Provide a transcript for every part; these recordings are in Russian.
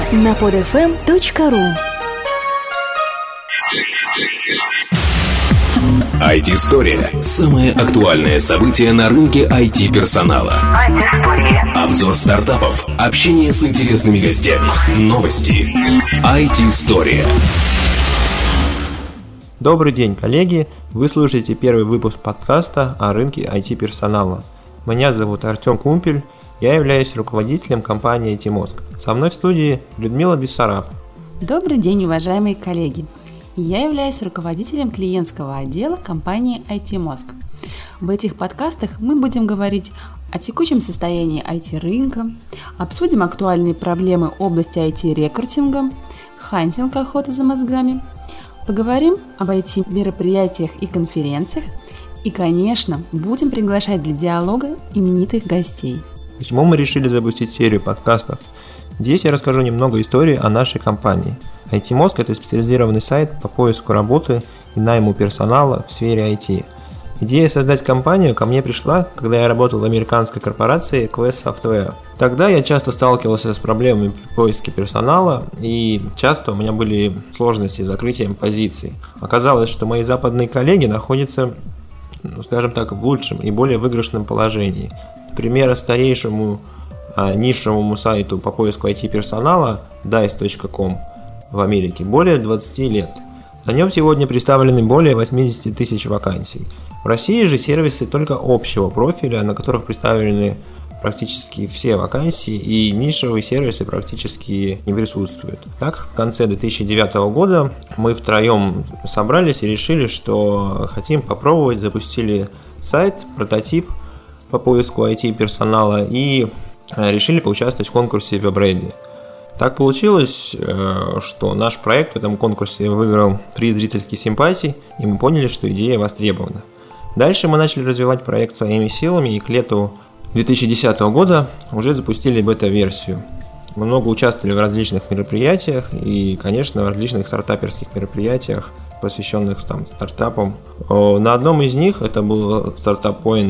на podfm.ru. IT-история. Самые актуальные события на рынке IT-персонала. Обзор стартапов, общение с интересными гостями, новости. IT-история. Добрый день, коллеги! Вы слушаете первый выпуск подкаста о рынке IT-персонала. Меня зовут Артем Кумпель, я являюсь руководителем компании IT-Мозг. Со мной в студии Людмила Бессараб. Добрый день, уважаемые коллеги! Я являюсь руководителем клиентского отдела компании IT-Мозг. В этих подкастах мы будем говорить о текущем состоянии IT-рынка, обсудим актуальные проблемы области IT-рекрутинга, хантинг, охота за мозгами, поговорим об IT-мероприятиях и конференциях и, конечно, будем приглашать для диалога именитых гостей. Почему мы решили запустить серию подкастов? Здесь я расскажу немного истории о нашей компании. IT-Мозг – это специализированный сайт по поиску работы и найму персонала в сфере IT. Идея создать компанию ко мне пришла, когда я работал в американской корпорации Quest Software. Тогда я часто сталкивался с проблемами при поиске персонала, и часто у меня были сложности с закрытием позиций. Оказалось, что мои западные коллеги находятся, скажем так, в лучшем и более выигрышном положении. Например, старейшему нишевому сайту по поиску IT-персонала dice.com в Америке более 20 лет. На нем сегодня представлены более 80 тысяч вакансий. В России же сервисы только общего профиля, на которых представлены практически все вакансии, и нишевые сервисы практически не присутствуют. Так, в конце 2009 года мы втроем собрались и решили, что хотим попробовать, запустили сайт, прототип по поиску IT-персонала и решили поучаствовать в конкурсе WebReady. Так получилось, что наш проект в этом конкурсе выиграл приз зрительских симпатий, и мы поняли, что идея востребована. Дальше мы начали развивать проект своими силами, и к лету 2010 года уже запустили бета-версию. Мы много участвовали в различных мероприятиях и, конечно, в различных стартаперских мероприятиях, посвященных стартапам. На одном из них, это был Startup Point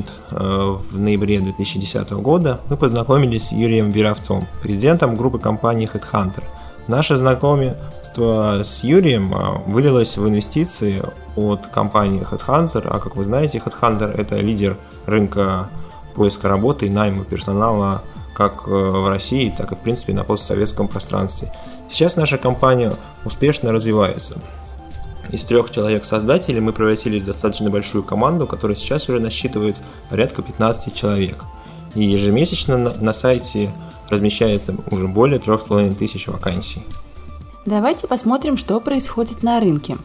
в ноябре 2010 года, мы познакомились с Юрием Веровцом, президентом группы компании HeadHunter. Наше знакомство с Юрием вылилось в инвестиции от компании HeadHunter, а как вы знаете, HeadHunter – это лидер рынка поиска работы и найма персонала как в России, так и в принципе на постсоветском пространстве. Сейчас наша компания успешно развивается. Из 3 человек-создателей мы превратились в достаточно большую команду, которая сейчас уже насчитывает порядка 15 человек. И ежемесячно на сайте размещается уже более 3500 вакансий. Давайте посмотрим, что происходит на рынке.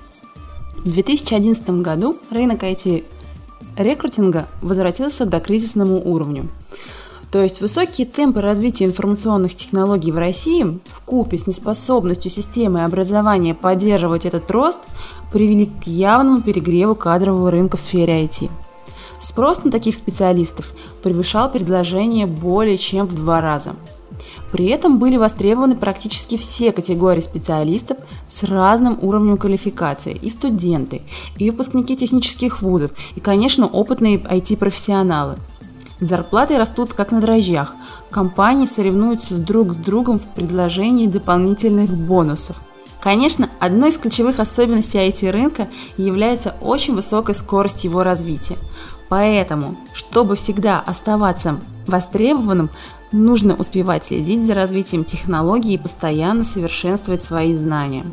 В 2011 году рынок IT-рекрутинга возвратился к докризисному уровню. То есть высокие темпы развития информационных технологий в России вкупе с неспособностью системы образования поддерживать этот рост привели к явному перегреву кадрового рынка в сфере IT. Спрос на таких специалистов превышал предложение более чем в 2 раза. При этом были востребованы практически все категории специалистов с разным уровнем квалификации: и студенты, и выпускники технических вузов, и, конечно, опытные IT-профессионалы. Зарплаты растут как на дрожжах. Компании соревнуются друг с другом в предложении дополнительных бонусов. Конечно, одной из ключевых особенностей IT-рынка является очень высокая скорость его развития. Поэтому, чтобы всегда оставаться востребованным, нужно успевать следить за развитием технологий и постоянно совершенствовать свои знания.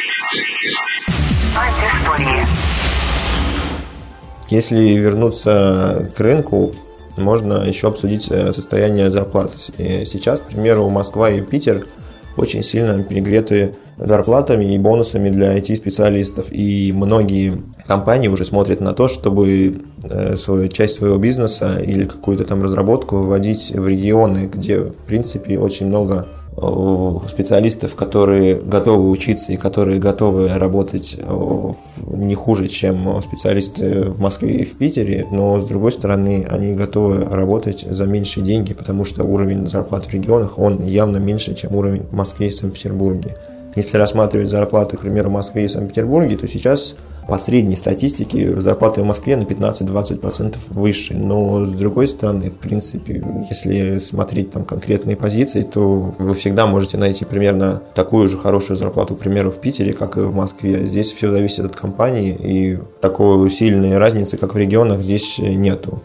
Если вернуться к рынку, можно еще обсудить состояние зарплат. Сейчас, к примеру, Москва и Питер очень сильно перегреты зарплатами и бонусами для IT-специалистов. И многие компании уже смотрят на то, чтобы часть своего бизнеса или какую-то там разработку вводить в регионы, где, в принципе, очень много специалистов, которые готовы учиться и которые готовы работать не хуже, чем специалисты в Москве и в Питере, но с другой стороны они готовы работать за меньшие деньги, потому что уровень зарплат в регионах он явно меньше, чем уровень в Москве и Санкт-Петербурге. Если рассматривать зарплаты, к примеру, в Москве и Санкт-Петербурге, то сейчас по средней статистике зарплаты в Москве на 15-20% выше. Но с другой стороны, в принципе, если смотреть там конкретные позиции, то вы всегда можете найти примерно такую же хорошую зарплату, к примеру, в Питере, как и в Москве. Здесь все зависит от компании, и такой сильной разницы, как в регионах, здесь нету.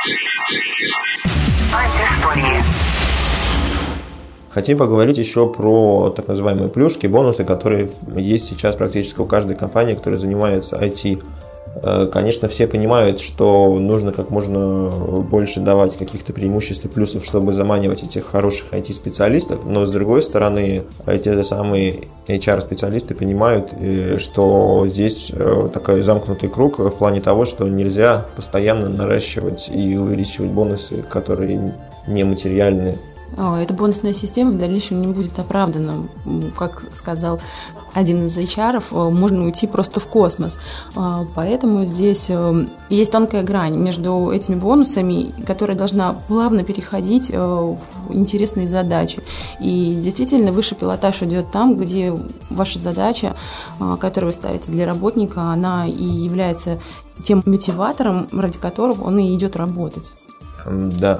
Хотим поговорить еще про так называемые плюшки, бонусы, которые есть сейчас практически у каждой компании, которая занимается IT. Конечно, все понимают, что нужно как можно больше давать каких-то преимуществ и плюсов, чтобы заманивать этих хороших IT-специалистов, но с другой стороны, эти же самые HR-специалисты понимают, что здесь такой замкнутый круг в плане того, что нельзя постоянно наращивать и увеличивать бонусы, которые нематериальные. Эта бонусная система в дальнейшем не будет оправдана. Как сказал один из HR, можно уйти просто в космос. Поэтому здесь есть тонкая грань между этими бонусами, которая должна плавно переходить в интересные задачи. И действительно, высший пилотаж идет там, где ваша задача, которую вы ставите для работника, она и является тем мотиватором, ради которого он и идет работать. Да.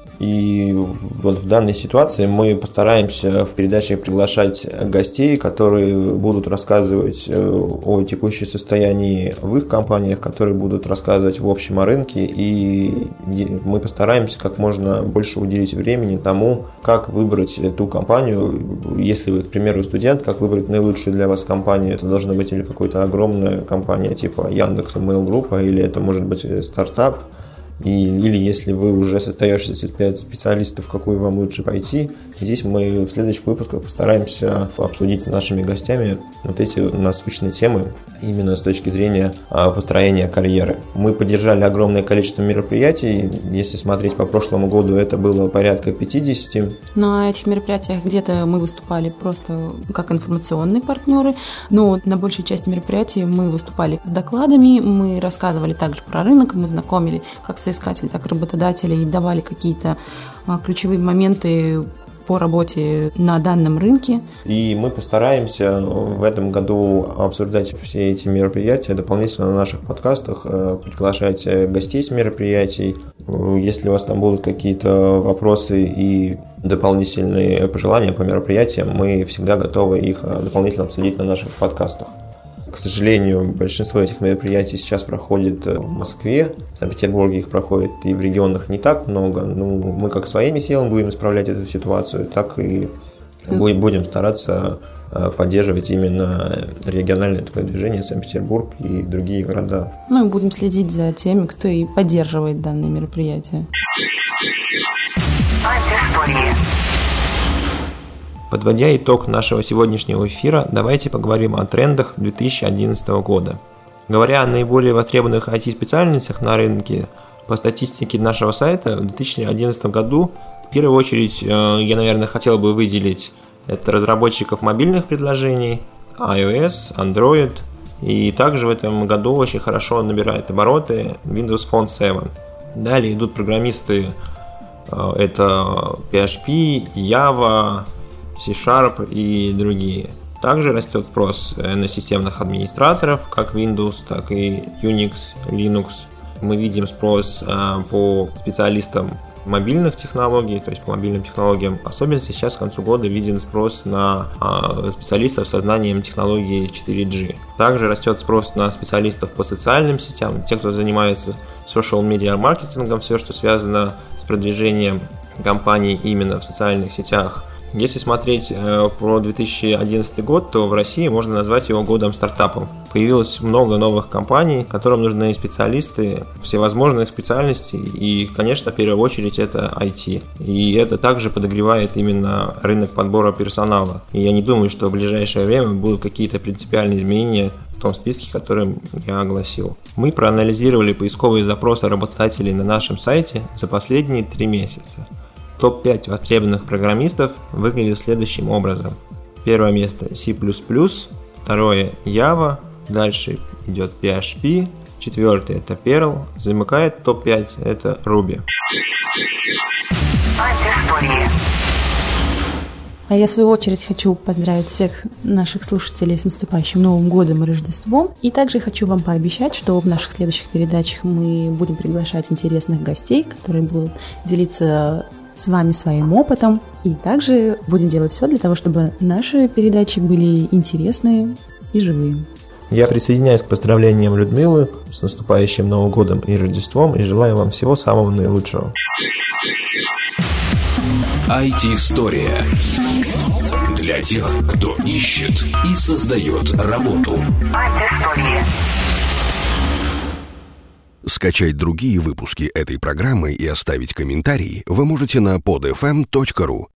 И вот в данной ситуации мы постараемся в передаче приглашать гостей, которые будут рассказывать о текущем состоянии в их компаниях, которые будут рассказывать в общем о рынке, и мы постараемся как можно больше уделить времени тому, как выбрать ту компанию. Если вы, к примеру, студент, как выбрать наилучшую для вас компанию. Это должна быть или какая-то огромная компания типа Яндекс, Mail Group, или это может быть стартап. Или если вы уже состоявшийся специалист, в какую вам лучше пойти. Здесь мы в следующих выпусках постараемся обсудить с нашими гостями вот эти насущные темы именно с точки зрения построения карьеры. Мы поддержали огромное количество мероприятий. Если смотреть по прошлому году, это было порядка 50. На этих мероприятиях где-то мы выступали просто как информационные партнеры, но на большей части мероприятий мы выступали с докладами, мы рассказывали также про рынок, мы знакомили как соискателей, так и работодателей, и давали какие-то ключевые моменты по работе на данном рынке. И мы постараемся в этом году обсуждать все эти мероприятия дополнительно на наших подкастах, приглашать гостей с мероприятий. Если у вас там будут какие-то вопросы и дополнительные пожелания по мероприятиям, мы всегда готовы их дополнительно обсудить на наших подкастах. К сожалению, большинство этих мероприятий сейчас проходит в Москве, в Санкт-Петербурге их проходит и в регионах не так много. Ну, мы как своими силами будем исправлять эту ситуацию, так и будем стараться поддерживать именно региональное такое движение Санкт-Петербург и другие города. Ну и будем следить за теми, кто и поддерживает данные мероприятия. Подводя итог нашего сегодняшнего эфира, давайте поговорим о трендах 2011 года. Говоря о наиболее востребованных IT-специальностях на рынке, по статистике нашего сайта, в 2011 году в первую очередь я, наверное, хотел бы выделить это разработчиков мобильных приложений, iOS, Android, и также в этом году очень хорошо набирает обороты Windows Phone 7. Далее идут программисты, это PHP, Java, C# и другие. Также растет спрос на системных администраторов, как Windows, так и Unix, Linux. Мы видим спрос по специалистам мобильных технологий, то есть по мобильным технологиям. Особенно сейчас к концу года виден спрос на специалистов со знанием технологии 4G. Также растет спрос на специалистов по социальным сетям, те, кто занимается social media маркетингом, все, что связано с продвижением компаний именно в социальных сетях. Если смотреть про 2011 год, то в России можно назвать его годом стартапов. Появилось много новых компаний, которым нужны специалисты всевозможных специальностей, и, конечно, в первую очередь это IT. И это также подогревает именно рынок подбора персонала. И я не думаю, что в ближайшее время будут какие-то принципиальные изменения в том списке, который я огласил. Мы проанализировали поисковые запросы работодателей на нашем сайте за последние 3 месяца. Топ-5 востребованных программистов выглядит следующим образом. Первое место C++, второе Java, дальше идет PHP, четвертое это Perl, замыкает топ-5 это Ruby. А я, в свою очередь, хочу поздравить всех наших слушателей с наступающим Новым годом и Рождеством. И также хочу вам пообещать, что в наших следующих передачах мы будем приглашать интересных гостей, которые будут делиться с вами своим опытом. И также будем делать все для того, чтобы наши передачи были интересные и живые. Я присоединяюсь к поздравлениям Людмилы с наступающим Новым годом и Рождеством и желаю вам всего самого наилучшего. IT-история. Для тех, кто ищет и создает работу. Скачать другие выпуски этой программы и оставить комментарии вы можете на podfm.ru.